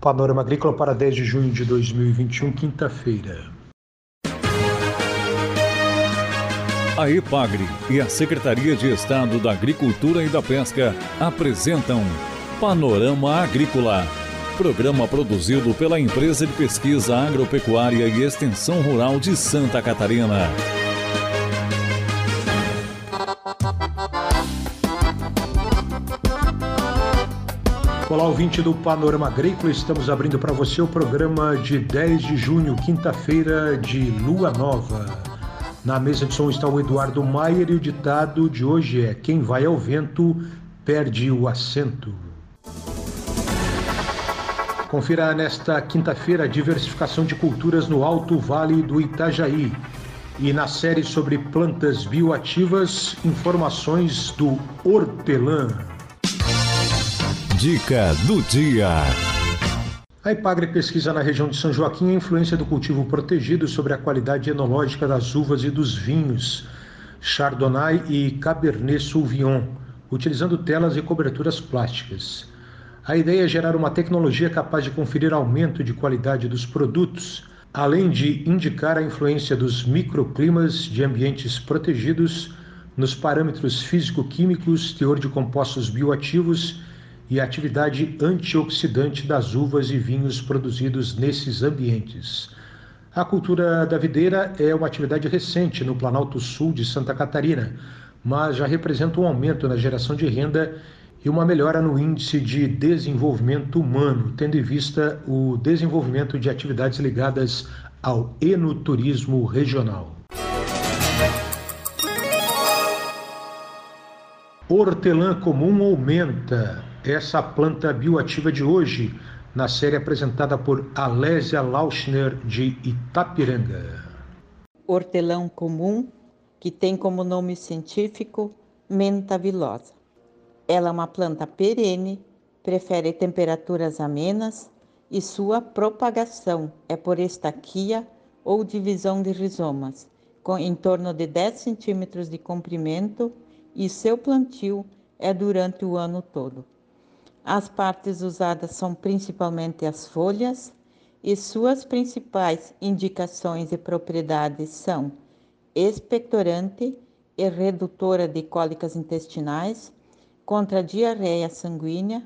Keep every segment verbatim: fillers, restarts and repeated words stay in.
Panorama Agrícola para dez de junho de dois mil e vinte e um, quinta-feira. A EPAGRE e a Secretaria de Estado da Agricultura e da Pesca apresentam Panorama Agrícola, programa produzido pela Empresa de Pesquisa Agropecuária e Extensão Rural de Santa Catarina. Olá, ouvinte do Panorama Agrícola, estamos abrindo para você o programa de dez de junho, quinta-feira de lua nova. Na mesa de som está o Eduardo Maier e o ditado de hoje é: quem vai ao vento perde o assento. Confira nesta quinta-feira a diversificação de culturas no Alto Vale do Itajaí. E na série sobre plantas bioativas, informações do hortelã. Dica do dia. A EPAGRE pesquisa na região de São Joaquim a influência do cultivo protegido sobre a qualidade enológica das uvas e dos vinhos Chardonnay e Cabernet Sauvignon, utilizando telas e coberturas plásticas. A ideia é gerar uma tecnologia capaz de conferir aumento de qualidade dos produtos, além de indicar a influência dos microclimas de ambientes protegidos nos parâmetros físico-químicos, teor de compostos bioativos e a atividade antioxidante das uvas e vinhos produzidos nesses ambientes. A cultura da videira é uma atividade recente no Planalto Sul de Santa Catarina, mas já representa um aumento na geração de renda e uma melhora no índice de desenvolvimento humano, tendo em vista o desenvolvimento de atividades ligadas ao enoturismo regional. Hortelã comum aumenta. Essa planta bioativa de hoje, na série apresentada por Alésia Lauschner, de Itapiranga. Hortelã comum, que tem como nome científico menta vilosa. Ela é uma planta perene, prefere temperaturas amenas e sua propagação é por estaquia ou divisão de rizomas, com em torno de dez centímetros de comprimento, e seu plantio é durante o ano todo. As partes usadas são principalmente as folhas, e suas principais indicações e propriedades são expectorante e redutora de cólicas intestinais, contra diarreia sanguínea,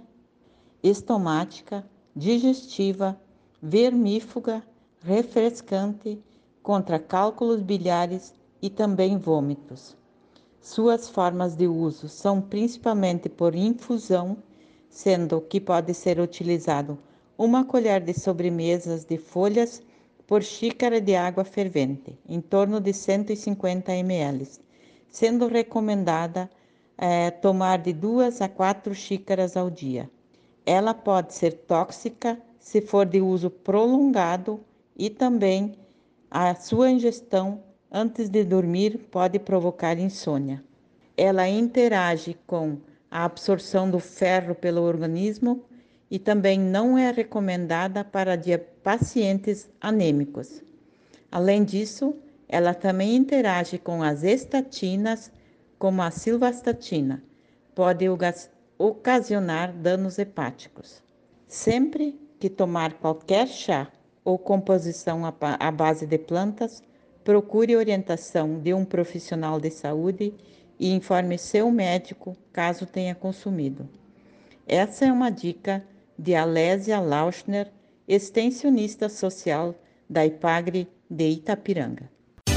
estomática, digestiva, vermífuga, refrescante, contra cálculos biliares e também vômitos. Suas formas de uso são principalmente por infusão, sendo que pode ser utilizado uma colher de sobremesas de folhas por xícara de água fervente, em torno de cento e cinquenta mililitros, sendo recomendada é, tomar de duas a quatro xícaras ao dia. Ela pode ser tóxica se for de uso prolongado e também a sua ingestão antes de dormir pode provocar insônia. Ela interage com a absorção do ferro pelo organismo e também não é recomendada para pacientes anêmicos. Além disso, ela também interage com as estatinas, como a silvastatina, pode ocasionar danos hepáticos. Sempre que tomar qualquer chá ou composição à base de plantas, procure orientação de um profissional de saúde e informe seu médico caso tenha consumido. Essa é uma dica de Alésia Lauschner, extensionista social da EPAGRE de Itapiranga.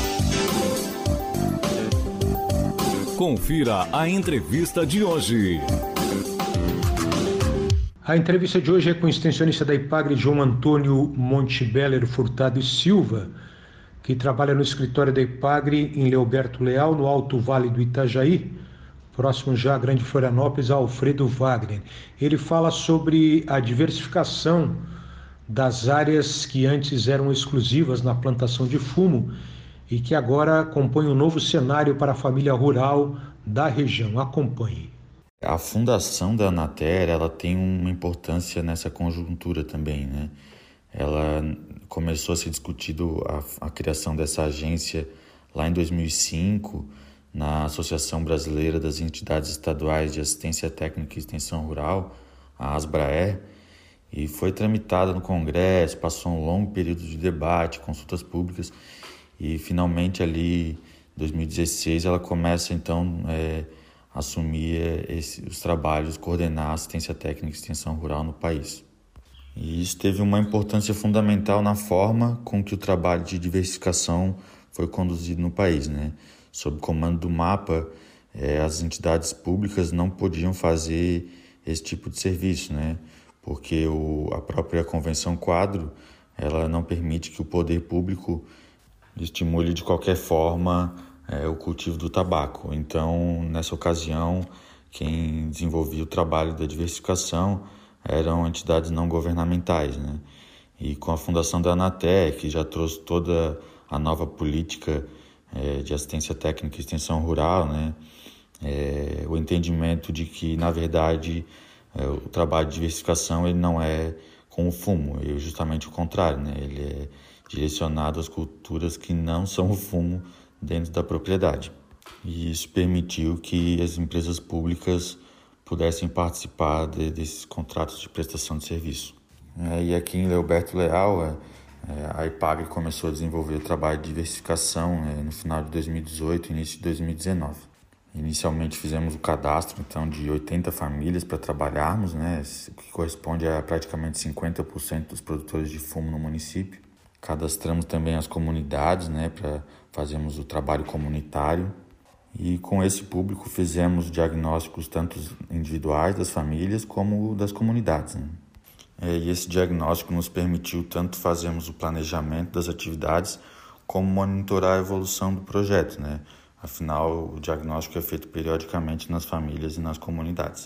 Confira a entrevista de hoje. A entrevista de hoje é com o extensionista da EPAGRE, João Antônio Montebeller Furtado e Silva, que trabalha no escritório da EPAGRE em Leoberto Leal, no Alto Vale do Itajaí, próximo já à Grande Florianópolis, a Alfredo Wagner. Ele fala sobre a diversificação das áreas que antes eram exclusivas na plantação de fumo e que agora compõem um novo cenário para a família rural da região. Acompanhe. A fundação da Anater, ela tem uma importância nessa conjuntura também, né? Ela começou a ser discutido a, a criação dessa agência lá em dois mil e cinco, na Associação Brasileira das Entidades Estaduais de Assistência Técnica e Extensão Rural, a ASBRAE, e foi tramitada no Congresso, passou um longo período de debate, consultas públicas e finalmente ali em dois mil e dezesseis ela começa então é, a assumir esse, os trabalhos, coordenar a assistência técnica e extensão rural no país. E isso teve uma importância fundamental na forma com que o trabalho de diversificação foi conduzido no país, né? Sob o comando do MAPA, eh, as entidades públicas não podiam fazer esse tipo de serviço, né? Porque o, a própria Convenção Quadro ela não permite que o poder público estimule de qualquer forma eh, o cultivo do tabaco. Então, nessa ocasião, quem desenvolvia o trabalho da diversificação eram entidades não governamentais, né? E com a fundação da Anatel, que já trouxe toda a nova política é, de assistência técnica e extensão rural, né? É, o entendimento de que, na verdade, é, o trabalho de diversificação ele não é com o fumo, é justamente o contrário, né? Ele é direcionado às culturas que não são o fumo dentro da propriedade. E isso permitiu que as empresas públicas pudessem participar de, desses contratos de prestação de serviço. É, e aqui em Leoberto Leal, é, a IPAGRE começou a desenvolver o trabalho de diversificação é, no final de dois mil e dezoito e início de dois mil e dezenove. Inicialmente fizemos o cadastro então, de oitenta famílias para trabalharmos, né, o que corresponde a praticamente cinquenta por cento dos produtores de fumo no município. Cadastramos também as comunidades, né, para fazermos o trabalho comunitário. E com esse público fizemos diagnósticos tanto individuais das famílias como das comunidades, né? E esse diagnóstico nos permitiu tanto fazermos o planejamento das atividades como monitorar a evolução do projeto, né? Afinal, o diagnóstico é feito periodicamente nas famílias e nas comunidades.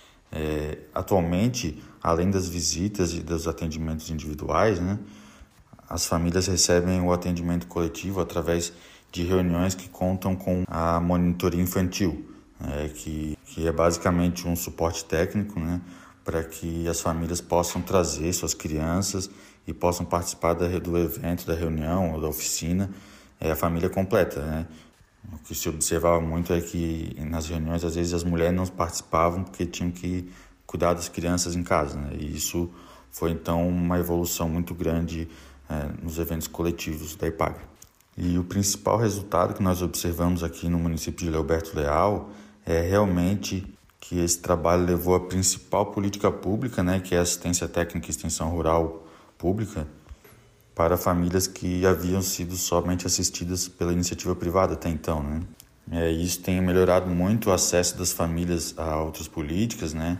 É, atualmente, além das visitas e dos atendimentos individuais, né, as famílias recebem o atendimento coletivo através de reuniões que contam com a monitoria infantil, né, que, que é basicamente um suporte técnico, né, para que as famílias possam trazer suas crianças e possam participar da, do evento, da reunião ou da oficina, é, a família completa, né? O que se observava muito é que nas reuniões, às vezes, as mulheres não participavam porque tinham que cuidar das crianças em casa, né? E isso foi, então, uma evolução muito grande é, nos eventos coletivos da IPAGRE. E o principal resultado que nós observamos aqui no município de Leoberto Leal é realmente que esse trabalho levou a principal política pública, né, que é a assistência técnica e extensão rural pública, para famílias que haviam sido somente assistidas pela iniciativa privada até então, né? É, isso tem melhorado muito o acesso das famílias a outras políticas, né?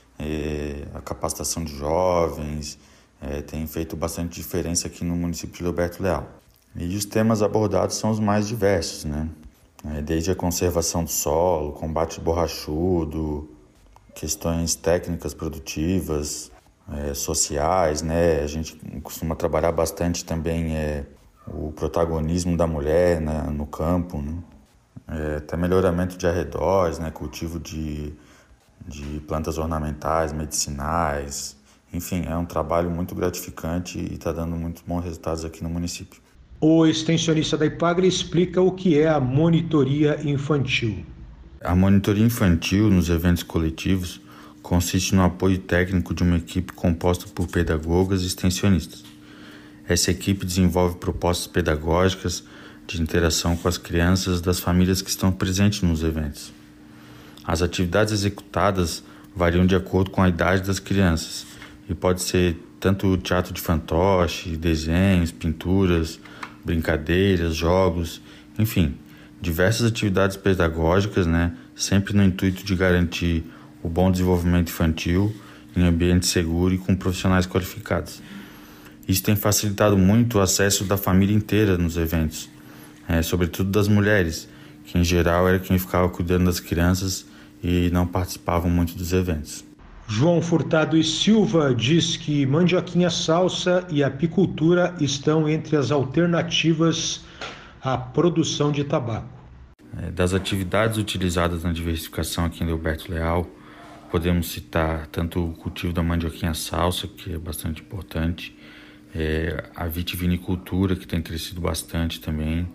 É, a capacitação de jovens, é, tem feito bastante diferença aqui no município de Leoberto Leal. E os temas abordados são os mais diversos, né? É, desde a conservação do solo, combate borrachudo, questões técnicas produtivas, é, sociais, né? A gente costuma trabalhar bastante também é, o protagonismo da mulher, né, no campo, né? É, até melhoramento de arredores, né? Cultivo de, de plantas ornamentais, medicinais. Enfim, é um trabalho muito gratificante e está dando muito bons resultados aqui no município. O extensionista da IPAGRE explica o que é a monitoria infantil. A monitoria infantil nos eventos coletivos consiste no apoio técnico de uma equipe composta por pedagogas e extensionistas. Essa equipe desenvolve propostas pedagógicas de interação com as crianças das famílias que estão presentes nos eventos. As atividades executadas variam de acordo com a idade das crianças e pode ser tanto teatro de fantoche, desenhos, pinturas, brincadeiras, jogos, enfim, diversas atividades pedagógicas, né, sempre no intuito de garantir o bom desenvolvimento infantil em ambiente seguro e com profissionais qualificados. Isso tem facilitado muito o acesso da família inteira nos eventos, é, sobretudo das mulheres, que em geral era quem ficava cuidando das crianças e não participavam muito dos eventos. João Furtado e Silva diz que mandioquinha salsa e apicultura estão entre as alternativas à produção de tabaco. É, das atividades utilizadas na diversificação aqui em Leoberto Leal, podemos citar tanto o cultivo da mandioquinha salsa, que é bastante importante, é, a vitivinicultura, que tem crescido bastante também.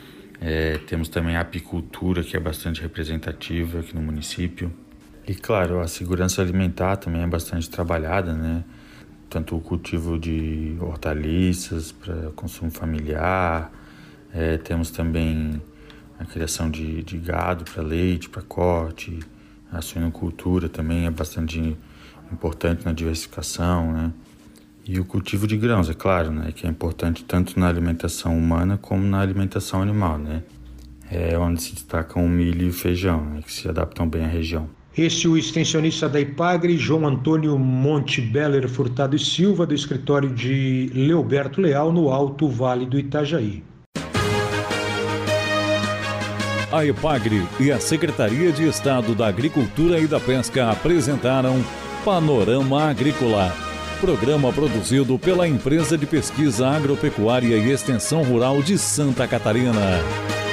É, temos também a apicultura, que é bastante representativa aqui no município. E, claro, a segurança alimentar também é bastante trabalhada, né? tanto o cultivo de hortaliças para consumo familiar, é, temos também a criação de, de gado para leite, para corte, a suinocultura também é bastante importante na diversificação, né? E o cultivo de grãos, é claro, né, que é importante tanto na alimentação humana como na alimentação animal, né? É onde se destacam o milho e o feijão, né, que se adaptam bem à região. Este é o extensionista da IPAGRE, João Antônio Montebeller Furtado e Silva, do escritório de Leoberto Leal, no Alto Vale do Itajaí. A IPAGRE e a Secretaria de Estado da Agricultura e da Pesca apresentaram Panorama Agrícola, programa produzido pela Empresa de Pesquisa Agropecuária e Extensão Rural de Santa Catarina.